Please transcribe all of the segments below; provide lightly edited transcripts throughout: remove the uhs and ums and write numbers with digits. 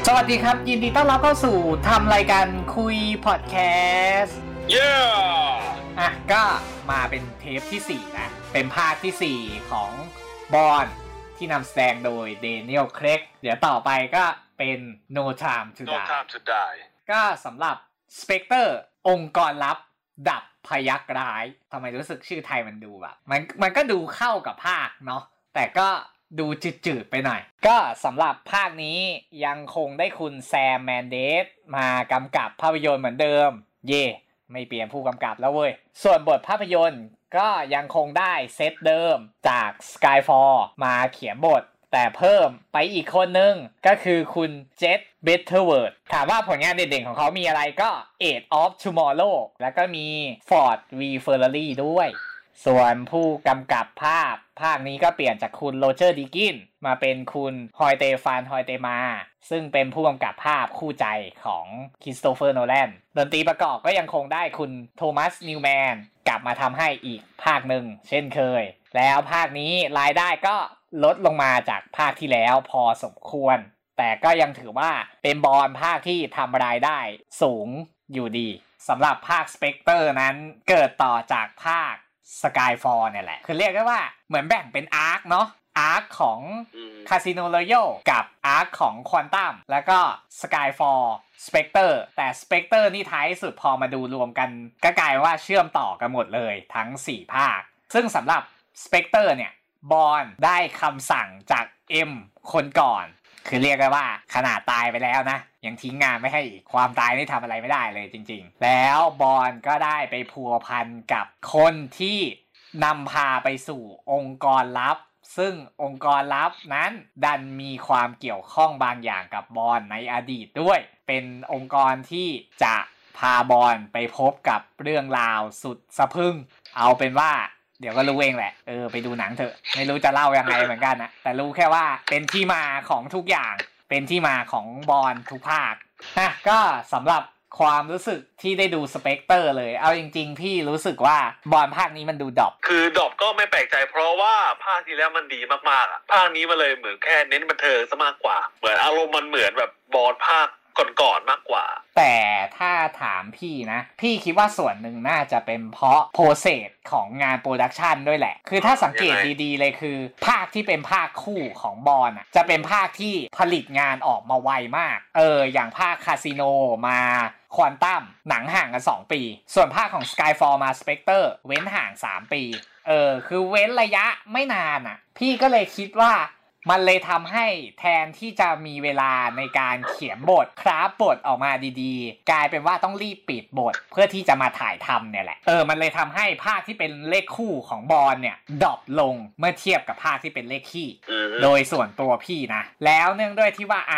สวัสดีครับยินดีต้อนรับเข้าสู่ทำรายการคุยพอดแคสต์ก็มาเป็นเทปที่4นะเป็นภาคที่4ของบอนที่นำแสดงโดยเดเนียลเครกเดี๋ยวต่อไปก็เป็น No Time to Die ก็สำหรับ Spectre องค์กรลับดับพยัคฆ์ร้ายทำไมรู้สึกชื่อไทยมันดูแบบมันก็ดูเข้ากับภาคเนาะแต่ก็ดูจืดๆไปหน่อยก็สำหรับภาคนี้ยังคงได้คุณแซมแมนเดสมากำกับภาพยนตร์เหมือนเดิมไม่เปลี่ยนผู้กำกับแล้วเว้ยส่วนบทภาพยนตร์ก็ยังคงได้เซตเดิมจาก Skyfall มาเขียนบทแต่เพิ่มไปอีกคนนึงก็คือคุณเจษ เบตเทอร์เวิร์ดถามว่าผลงานเด่นๆของเขามีอะไรก็ Age of Tomorrow แล้วก็มี Ford v Ferrari ด้วยส่วนผู้กำกับภาคนี้ก็เปลี่ยนจากคุณโรเจอร์ ดิกินมาเป็นคุณฮอยเตฟานฮอยเตมาซึ่งเป็นผู้กำกับภาพคู่ใจของคริสโตเฟอร์โนแลนดนตรีประกอบก็ยังคงได้คุณโทมัสนิวแมนกลับมาทำให้อีกภาคหนึ่งเช่นเคยแล้วภาคนี้รายได้ก็ลดลงมาจากภาคที่แล้วพอสมควรแต่ก็ยังถือว่าเป็นบอนภาคที่ทำรายได้สูงอยู่ดีสำหรับภาค Spectre นั้นเกิดต่อจากภาคSkyfall เนี่ยแหละคือเรียกได้ว่าเหมือนแบ่งเป็นอาร์คเนาะอาร์คของ Casino Royale กับอาร์คของ Quantum แล้วก็ Skyfall Spectre แต่ Spectre นี่ท้ายสุดพอมาดูรวมกันก็กลายว่าเชื่อมต่อกันหมดเลยทั้ง4ภาคซึ่งสำหรับ Spectre เนี่ยบอนได้คำสั่งจาก M คนก่อนคือเรียกได้ว่าขนาดตายไปแล้วนะยังทิ้งงานไม่ให้อีกความตายนี่ทำอะไรไม่ได้เลยจริงๆแล้วบอนก็ได้ไปพัวพันกับคนที่นำพาไปสู่องค์กรลับซึ่งองค์กรลับนั้นดันมีความเกี่ยวข้องบางอย่างกับบอนในอดีตด้วยเป็นองค์กรที่จะพาบอนไปพบกับเรื่องราวสุดสะพรึงเอาเป็นว่าเดี๋ยวก็รู้เองแหละไปดูหนังเถอะไม่รู้จะเล่ายังไงเหมือนกันนะแต่รู้แค่ว่าเป็นที่มาของทุกอย่างเป็นที่มาของบอนทุกภาคก็สำหรับความรู้สึกที่ได้ดูสเปกเตอร์เลยเอาจริงๆพี่รู้สึกว่าบอนภาคนี้มันดูดรอปคือดรอปก็ไม่แปลกใจเพราะว่าภาคที่แล้วมันดีมากๆภาคนี้มันเลยเหมือนแค่เน้นบันเทิงซะมากกว่าเหมือนอารมณ์มันเหมือนแบบบอนภาคก่อนๆมากกว่าแต่ถ้าถามพี่นะพี่คิดว่าส่วนหนึ่งน่าจะเป็นเพราะโปรเซสของงานโปรดักชันด้วยแหละคือถ้าสังเกตดีๆเลยคือภาคที่เป็นภาคคู่ของบอนจะเป็นภาคที่ผลิตงานออกมาไวมากอย่างภาคคาสิโนมาควอนตัมหนังห่างกัน2ปีส่วนภาคของ Skyfall มา Spectre เว้นห่าง3ปีคือเว้นระยะไม่นานพี่ก็เลยคิดว่ามันเลยทำให้แทนที่จะมีเวลาในการเขียนบทคราฟบทออกมาดีๆกลายเป็นว่าต้องรีบปิดบทเพื่อที่จะมาถ่ายทำเนี่ยแหละมันเลยทำให้ภาคที่เป็นเลขคู่ของบอนเนี่ยดรอปลงเมื่อเทียบกับภาคที่เป็นเลขคี่โดยส่วนตัวพี่นะแล้วเนื่องด้วยที่ว่า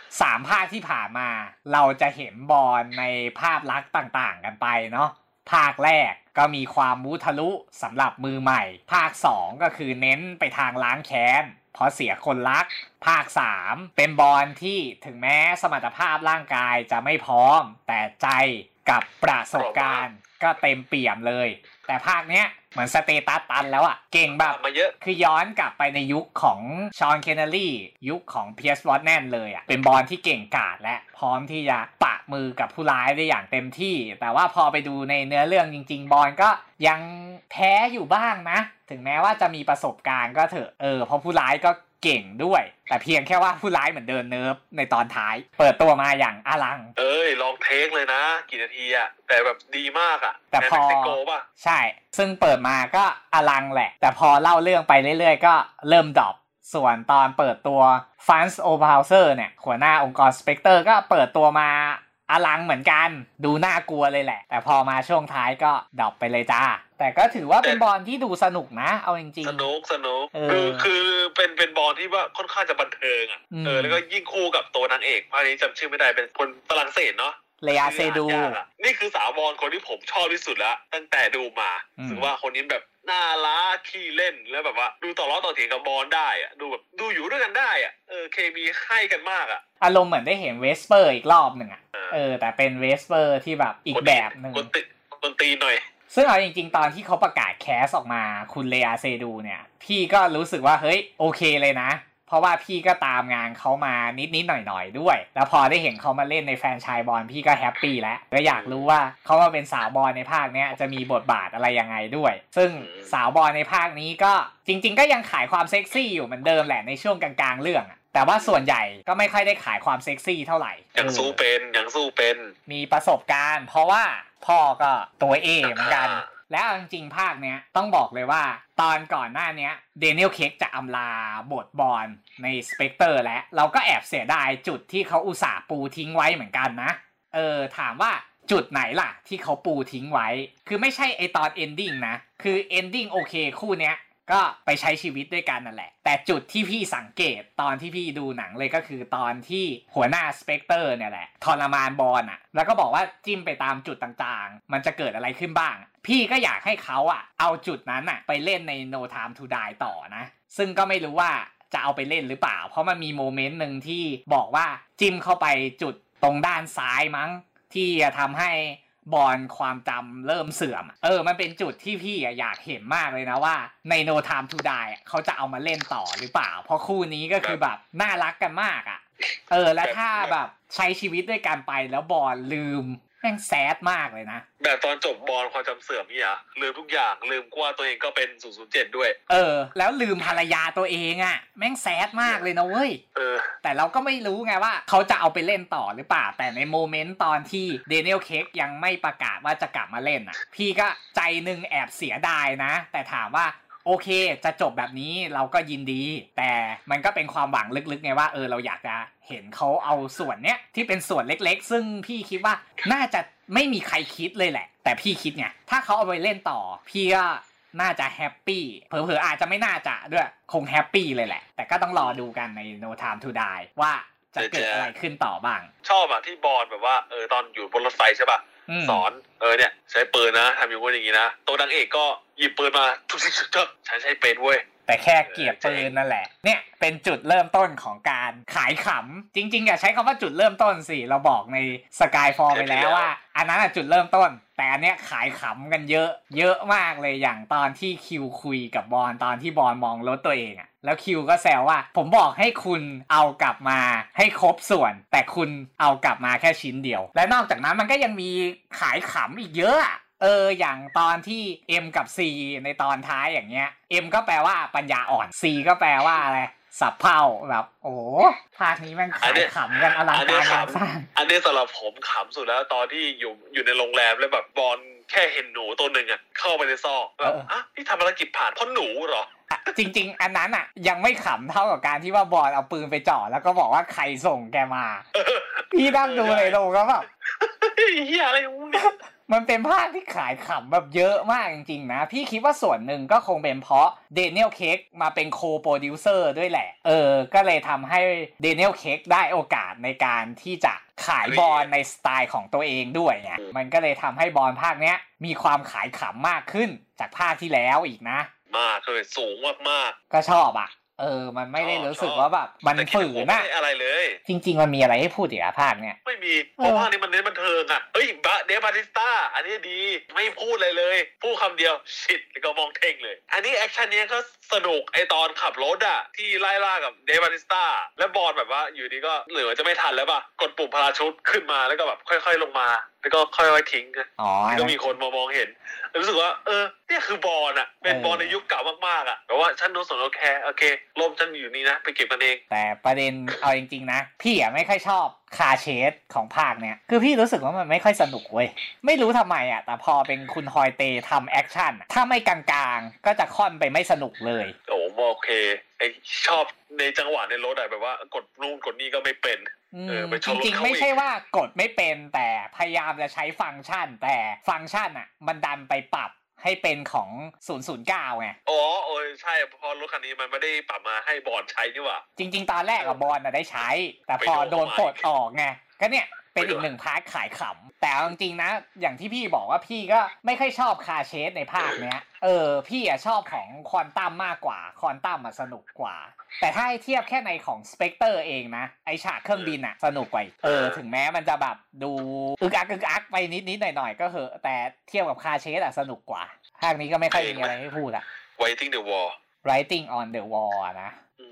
3ภาคที่ผ่านมาเราจะเห็นบอนในภาพลักษณ์ต่างๆกันไปเนาะภาคแรกก็มีความมุทะลุสำหรับมือใหม่ภาค2ก็คือเน้นไปทางล้างแค้นเพราะเสียคนรักภาค3เป็นบอนที่ถึงแม้สมรรถภาพร่างกายจะไม่พร้อมแต่ใจกับประสบการณ์ก็เต็มเปี่ยมเลยแต่ภาคเนี้ยเหมือนสเตตัสตันแล้วเก่งแบบมาเยอะคือย้อนกลับไปในยุคของชอนเคนเนลลี่ยุคของเพียร์ส บรอสแนนเลยเป็นบอนที่เก่งกาจและพร้อมที่จะปะมือกับผู้ร้ายได้อย่างเต็มที่แต่ว่าพอไปดูในเนื้อเรื่องจริงๆบอนก็ยังแพ้อยู่บ้างนะถึงแม้ว่าจะมีประสบการณ์ก็เถอะเพราะผู้ร้ายก็เก่งด้วยแต่เพียงแค่ว่าผู้ร้ายเหมือนเดินเนิร์ฟในตอนท้ายเปิดตัวมาอย่างอลังลองเทคเลยนะกี่นาทีแต่แบบดีมากแต่พอใช่ซึ่งเปิดมาก็อลังแหละแต่พอเล่าเรื่องไปเรื่อยๆก็เริ่มดรอปส่วนตอนเปิดตัวฟันส์ โอพาวเซอร์เนี่ยหัวหน้าองค์กร Spectre ก็เปิดตัวมาอลังเหมือนกันดูน่ากลัวเลยแหละแต่พอมาช่วงท้ายก็ดรอปไปเลยจ้าแต่ก็ถือว่าเป็นบอลที่ดูสนุกนะเอาจริงๆสนุกคือเป็นบอลที่ว่าค่อนข้างจะบันเทิงแล้วก็ยิ่งคู่กับตัวนางเอกภาคนี้จำชื่อไม่ได้เป็นคนฝรั่งเศสเนาะเลอาเซดูนี่คือสาวบอลคนที่ผมชอบที่สุดแล้วตั้งแต่ดูมาถือว่าคนนี้แบบน่ารักขี้เล่นแล้วแบบว่าดูต่อล้อต่อเถียงกับบอลได้ดูแบบดูอยู่ด้วยกันได้เคมีให้กันมากอารมณ์เหมือนได้เห็นเวสเปอร์อีกรอบหนึ่งแต่เป็นเวสเปอร์ที่แบบอีกแบบนึงดนตรีหน่อยซึ่งเอาจริงๆตอนที่เขาประกาศแคสออกมาคุณเลอาเซดูเนี่ยพี่ก็รู้สึกว่าเฮ้ยโอเคเลยนะเพเพราะว่าพี่ก็ตามงานเขามานิดๆหน่อยๆด้วยแล้วพอได้เห็นเขามาเล่นในแฟรนไชส์บอลพี่ก็แฮปปี้แล้วก็อยากรู้ว่าเขามาเป็นสาวบอลในภาคเนี้ยจะมีบทบาทอะไรยังไงด้วยซึ่งสาวบอลในภาคนี้ก็จริงๆก็ยังขายความเซ็กซี่อยู่เหมือนเดิมแหละในช่วงกลางๆเรื่องแต่ว่าส่วนใหญ่ก็ไม่ค่อยได้ขายความเซ็กซี่เท่าไหร่ยังสู้เป็นมีประสบการณ์เพราะว่าพ่อก็ตัวเอเหมือนกันแล้วจริงๆภาคเนี้ยต้องบอกเลยว่าตอนก่อนหน้านี้เดนิเอลเคกจะอำลาบทบอลในสเปกเตอร์แล้วเราก็แอบเสียดายจุดที่เขาอุตส่าห์ปูทิ้งไว้เหมือนกันนะถามว่าจุดไหนล่ะที่เขาปูทิ้งไว้คือไม่ใช่ไอตอนเอนดิ้งนะคือเอนดิ้งโอเคคู่เนี้ยก็ไปใช้ชีวิตด้วยกันนั่นแหละแต่จุดที่พี่สังเกตตอนที่พี่ดูหนังเลยก็คือตอนที่หัวหน้าสเปกเตอร์เนี่ยแหละทรมานบอลแล้วก็บอกว่าจิ้มไปตามจุดต่างๆมันจะเกิดอะไรขึ้นบ้างพี่ก็อยากให้เขาเอาจุดนั้นไปเล่นใน No Time to Die ต่อนะซึ่งก็ไม่รู้ว่าจะเอาไปเล่นหรือเปล่าเพราะมันมีโมเมนต์นึงที่บอกว่าจิ้มเข้าไปจุดตรงด้านซ้ายมั้งที่จะทำให้บอลความจำเริ่มเสื่อมมันเป็นจุดที่พี่อยากเห็นมากเลยนะว่าใน No Time to Die เขาจะเอามาเล่นต่อหรือเปล่าเพราะคู่นี้ก็คือแบบน่ารักกันมากแล้วถ้าแบบใช้ชีวิตด้วยกันไปแล้วบอลลืมแม่งแซดมากเลยนะแบบตอนจบบอลความจำเสื่อมนี่ลืมทุกอย่างลืมว่าตัวเองก็เป็น007ด้วยแล้วลืมภรรยาตัวเองแม่งแซดมากเลยนะเว้ยแต่เราก็ไม่รู้ไงว่าเขาจะเอาไปเล่นต่อหรือเปล่าแต่ในโมเมนต์ตอนที่เดนิเอลเคกยังไม่ประกาศว่าจะกลับมาเล่นพี่ก็ใจนึงแอบเสียดายนะแต่ถามว่าโอเคจะจบแบบนี้เราก็ยินดีแต่มันก็เป็นความหวังลึกๆไงว่าเราอยากจะเห็นเขาเอาส่วนเนี้ยที่เป็นส่วนเล็กๆซึ่งพี่คิดว่าน่าจะไม่มีใครคิดเลยแหละแต่พี่คิดไงถ้าเขาเอาไปเล่นต่อพี่ก็น่าจะแฮปปี้เผลอๆอาจจะไม่น่าจะด้วยคงแฮปปี้เลยแหละแต่ก็ต้องรอดูกันใน No Time to Die ว่าจะเกิดอะไรขึ้นต่อบ้างชอบที่บอลแบบว่าตอนอยู่บนรถไฟใช่ป่ะสอนเนี่ยใช้ปืนนะทำอย่างนี้นะตัวนางเอกก็หยิบปืนมาทุกฉันใช้เป็นเว้ยแต่แค่เกลียดปืนนั่นแหละเนี่ยเป็นจุดเริ่มต้นของการขายขำจริงๆอย่าใช้คำว่าจุดเริ่มต้นสิเราบอกใน Skyfall ไปแล้วว่าอันนั้นจุดเริ่มต้นแต่อันเนี้ยขายขำกันเยอะมากเลยอย่างตอนที่คิวคุยกับบอลตอนที่บอลมองรถตัวเองแล้วคิวก็แซวว่าผมบอกให้คุณเอากลับมาให้ครบส่วนแต่คุณเอากลับมาแค่ชิ้นเดียวและนอกจากนั้นมันก็ยังมีขายขำอีกเยอะอย่างตอนที่ M กับ C ในตอนท้ายอย่างเงี้ย M ก็แปลว่าปัญญาอ่อน C ก็แปลว่าอะไรสับเพ่าแบบโอ้ภาคนี้มันขายขำกันอลังการงานสร้างอันนี้สำหรับผมขำสุดแล้วตอนที่อยู่ในโรงแรมแล้วแบบบอลแค่เห็นหนูตัวหนึ่งเข้าไปในซอกแบบนี่ทำภารกิจผ่านเพราะหนูเหรอจริงๆอันนั้นยังไม่ขำเท่ากับการที่ว่าบอลเอาปืนไปจ่อแล้วก็บอกว่าใครส่งแกมาพี่นั่งดูเลยโลก็แบบเหี้ยอะไรวะมันเป็นภาคที่ขายขำแบบเยอะมากจริงๆนะพี่คิดว่าส่วนหนึ่งก็คงเป็นเพราะเดนิเอลเคกมาเป็นโคโปรดิวเซอร์ด้วยแหละก็เลยทำให้เดนิเอลเคกได้โอกาสในการที่จะขายบอลในสไตล์ของตัวเองด้วยไงมันก็เลยทำให้บอลภาคเนี้ยมีความขายขำมากขึ้นจากภาคที่แล้วอีกนะมากเลยสูงมากๆก็ชอบมันไม่ได้รู้สึกว่าแบบมันฝืนอะไรเลยจริงๆมันมีอะไรให้พูดอีกภาคเนี้ยไม่มีเพราะภาคนี้มันเน้นบันเทิงเดฟบาติสต้าอันนี้ดีไม่พูดเลยพูดคำเดียวชิดแล้วก็มองเท่งเลยอันนี้แอคชั่นนี้ก็สนุกตอนขับรถที่ไล่ล่ากับเดฟบาติสต้าแล้วบอลแบบว่าอยู่ดีก็เหลือจะไม่ทันแล้วป่ะกดปุ่มพาราชูทขึ้นมาแล้วก็แบบค่อยๆลงมาแล้วก็ค่อยๆทิ้งก็มีคนมองเห็นรู้สึกว่าเนี่ยคือบอลเป็นบอลในยุคเก่ามากๆแบบว่าฉันโดนสนโอเคลมฉันอยู่นี่นะไปเก็บกันเองแต่ประเด็นเอาจริงๆนะพี่ไม่ค่อยชอบคาเชสของภาคเนี่ยคือพี่รู้สึกว่ามันไม่ค่อยสนุกเว้ยไม่รู้ทำไมแต่พอเป็นคุณฮอยเตทำแอคชั่นถ้าไม่กลางๆก็จะค่อนไปไม่สนุกเลยโอเคชอบในจังหวะในรถแบบว่ากดนู่นกดนี่ก็ไม่เป็นจริงๆไม่ใช่ว่ากดไม่เป็นแต่พยายามจะใช้ฟังก์ชันแต่ฟังก์ชันมันดันไปปรับให้เป็นของ009ไงใช่พอรถคันนี้มันไม่ได้ปรับมาให้บอลใช้นี่หว่าจริงๆตอนแรกบอลได้ใช้แต่พอโดนปลดออกไงก็เนี่ยเป็นอีกหนึ่งพาร์ทขายขำแต่จริงๆนะอย่างที่พี่บอกว่าพี่ก็ไม่ค่อยชอบคาเชสในภาคเนี้ยพี่ชอบของควอนตัมมากกว่าควอนตัมสนุกกว่าแต่ถ้าให้เทียบแค่ในของสเปกเตอร์เองนะไอฉากเครื่องบินสนุกกว่าถึงแม้มันจะแบบดูอึกอักไปนิดๆหน่อยๆก็เหอะแต่เทียบกับคาเชสสนุกกว่าภาคนี้ก็ไม่ค่อยมีอะไรให้พูด Writing the Wall Writing on the Wall นะ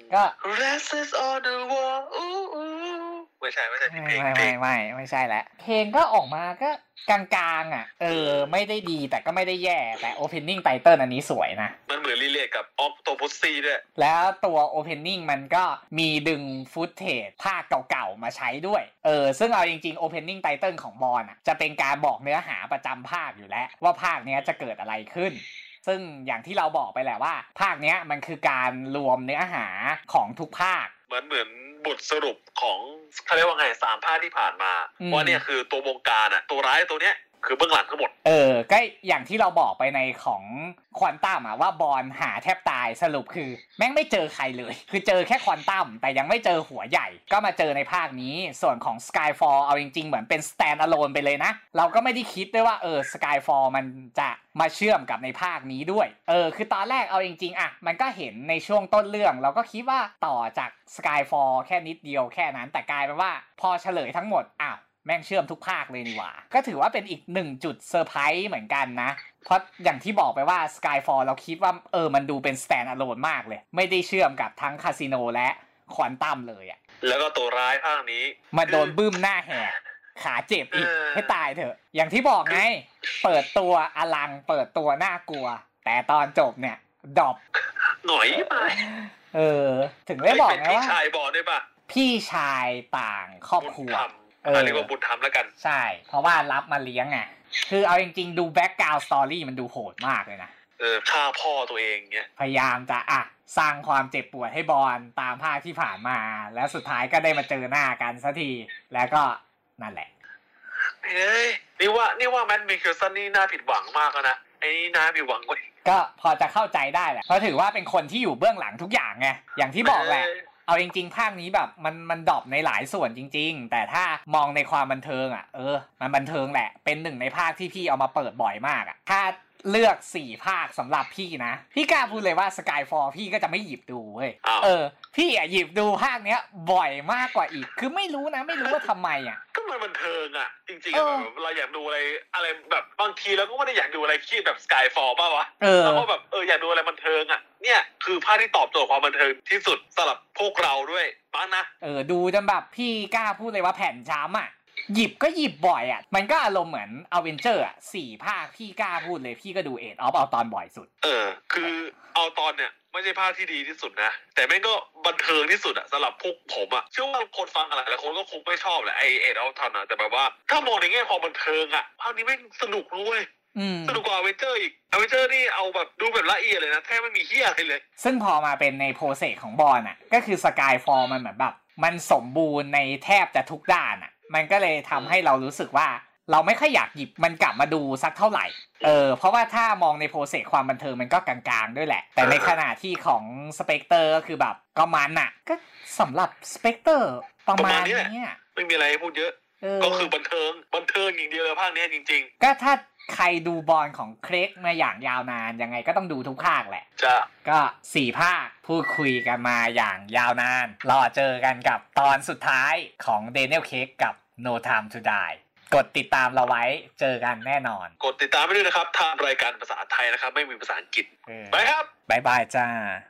ก็ Rashes on the wall ไม่ใช่ไม่ใช่แล้วเพลงก็ออกมาก็กลางๆอ่ะไม่ได้ดีแต่ก็ไม่ได้แย่แต่ opening title อันนี้สวยนะมันเหมือนรีเลทกับ Octopussy ด้วยแล้วตัว opening มันก็มีดึงฟุตเทจภาคเก่าๆมาใช้ด้วยซึ่งเอาจริงๆ opening title ของบอนอ่ะจะเป็นการบอกเนื้อหาประจำภาคอยู่แล้วว่าภาคนี้จะเกิดอะไรขึ้นซึ่งอย่างที่เราบอกไปแหละว่าภาคนี้มันคือการรวมเนื้อหาของทุกภาคเหมือนบทสรุปของเขาเรียกว่าไง3ภาคที่ผ่านมาว่าเนี่ยคือตัวบงการอ่ะตัวร้ายตัวเนี้ยคือเบื้องหลังทั้งหมดก็อย่างที่เราบอกไปในของควอนตัมอ่ะว่าบอนหาแทบตายสรุปคือแม่งไม่เจอใครเลยคือเจอแค่ควอนตัมแต่ยังไม่เจอหัวใหญ่ก็มาเจอในภาคนี้ส่วนของ Skyfall เอาจริงๆเหมือนเป็น stand alone ไปเลยนะเราก็ไม่ได้คิดด้วยว่าSkyfall มันจะมาเชื่อมกับในภาคนี้ด้วยคือตอนแรกเอาจริงๆอ่ะมันก็เห็นในช่วงต้นเรื่องเราก็คิดว่าต่อจาก Skyfall แค่นิดเดียวแค่นั้นแต่กลายเป็นว่าพอเฉลยทั้งหมดอ้าวแม่งเชื่อมทุกภาคเลยนี่หว่าก็ถือว่าเป็นอีก1จุดเซอร์ไพรส์เหมือนกันนะเพราะอย่างที่บอกไปว่า Skyfall เราคิดว่ามันดูเป็น stand alone มากเลยไม่ได้เชื่อมกับทั้งคาสิโนและควอนตัมเลยอ่ะแล้วก็ตัวร้ายภาคนี้มาโดนบึ้มหน้าแหกขาเจ็บอีกให้ตายเถอะอย่างที่บอกไงเปิดตัวอลังเปิดตัวน่ากลัวแต่ตอนจบเนี่ยดรอปหน่อยไปถึงได้บอกไงว่าพี่ชายบอกได้ป่ะพี่ชายต่างครอบครัวเรียกว่าบุญธรรมแล้วกันใช่เพราะว่ารับมาเลี้ยงไงคือเอาจริงๆดูแบ็คกราวด์สตอรี่มันดูโหดมากเลยนะฆ่าพ่อตัวเองเงี้ยพยายามจะสร้างความเจ็บปวดให้บอนตามภาคที่ผ่านมาแล้วสุดท้ายก็ได้มาเจอหน้ากันสักทีแล้วก็นั่นแหละนี่ว่าแมนมิเคลสันนี่น่าผิดหวังมากนะไอ้นี่น่าผิดหวังเว้ยก็พอจะเข้าใจได้แหละเพราะถือว่าเป็นคนที่อยู่เบื้องหลังทุกอย่างไงอย่างที่บอกแหละเอาจริงๆภาคนี้แบบมันดรอปในหลายส่วนจริงๆแต่ถ้ามองในความบันเทิงมันบันเทิงแหละเป็นหนึ่งในภาคที่พี่เอามาเปิดบ่อยมากถ้าเลือก4ภาคสำหรับพี่นะพี่กล้าพูดเลยว่า Skyfall พี่ก็จะไม่หยิบดูเว้ยพี่หยิบดูภาคเนี้ยบ่อยมากกว่าอีกคือไม่รู้ว่าทำไมก็มันบันเทิงจริงๆแบบเราอยากดูอะไรแบบบางทีเราก็ไม่ได้อยากดูอะไรที่แบบ Skyfall ป่ะวะแล้วก็แบบอยากดูอะไรบันเทิงเนี่ยคือภาคที่ตอบโจทย์ความบันเทิงที่สุดสำหรับพวกเราด้วยบ้างนะดูจนแบบพี่กล้าพูดเลยว่าแผ่นช้ำหยิบก็หยิบบ่อยมันก็อารมณ์เหมือนอเวนเจอร์4ภาคพี่กล้าพูดเลยพี่ก็ดูAge of Ultronบ่อยสุดคือเอาตอนเนี่ยไม่ใช่ภาคที่ดีที่สุดนะแต่แม่งก็บันเทิงที่สุดสำหรับพวกผมเชื่อว่าคนฟังอะไรหลายคนก็คงไม่ชอบแหละไอ้Age of Ultronแต่แบบว่าถ้ามองในแง่ความบันเทิงภาคนี้แม่งสนุกด้วยสนุกกว่าอเวนเจอร์อีกอเวนเจอร์นี่เอาแบบดูแบบละเอียดเลยนะแทบไม่มีเหี้ยอะไรเลยซึ่งพอมาเป็นในโปรเซสของบอนก็คือ Skyfall มันเหมือนแบบมันสมบูรณ์ในแทบจะทุกด้านมันก็เลยทำให้เรารู้สึกว่าเราไม่ค่อยอยากหยิบมันกลับมาดูสักเท่าไหร่เพราะว่าถ้ามองในโปรเซสความบันเทิงมันก็กลางๆด้วยแหละแต่ในขณะที่ของสเปกเตอร์ก็คือแบบก็มันก็สำหรับสเปกเตอร์ประมาณนี้ไม่มีอะไรพูดเยอะก็คือบันเทิงอย่างเดียวเลยภาคนี้จริงๆก็ถ้าใครดูบอลของเครกมาอย่างยาวนานยังไงก็ต้องดูทุกภาคแหละก็4ภาคพูดคุยกันมาอย่างยาวนานรอเจอกันกับตอนสุดท้ายของ Daniel Craig กับ No Time to Die กดติดตามเราไว้เจอกันแน่นอนกดติดตามไปด้วยนะครับทางรายการภาษาไทยนะครับไม่มีภาษาอังกฤษไปครับบ๊ายบายจ้า